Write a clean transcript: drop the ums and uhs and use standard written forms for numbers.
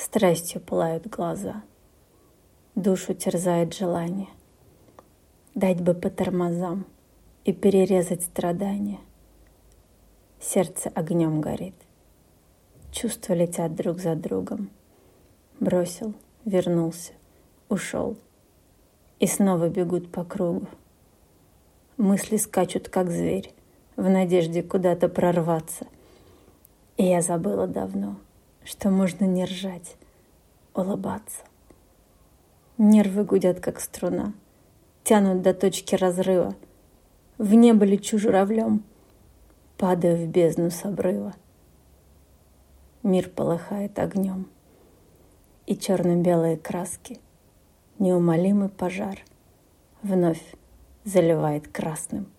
Страстью пылают глаза, душу терзает желание дать бы по тормозам и перерезать страдания. Сердце огнем горит, чувства летят друг за другом. Бросил, вернулся, ушел, и снова бегут по кругу. Мысли скачут, как зверь, в надежде куда-то прорваться. И я забыла давно, что можно не ржать, улыбаться. Нервы гудят, как струна, тянут до точки разрыва. В небо лечу журавлем, падаю в бездну с обрыва. Мир полыхает огнем, и черно-белые краски, неумолимый пожар вновь заливает красным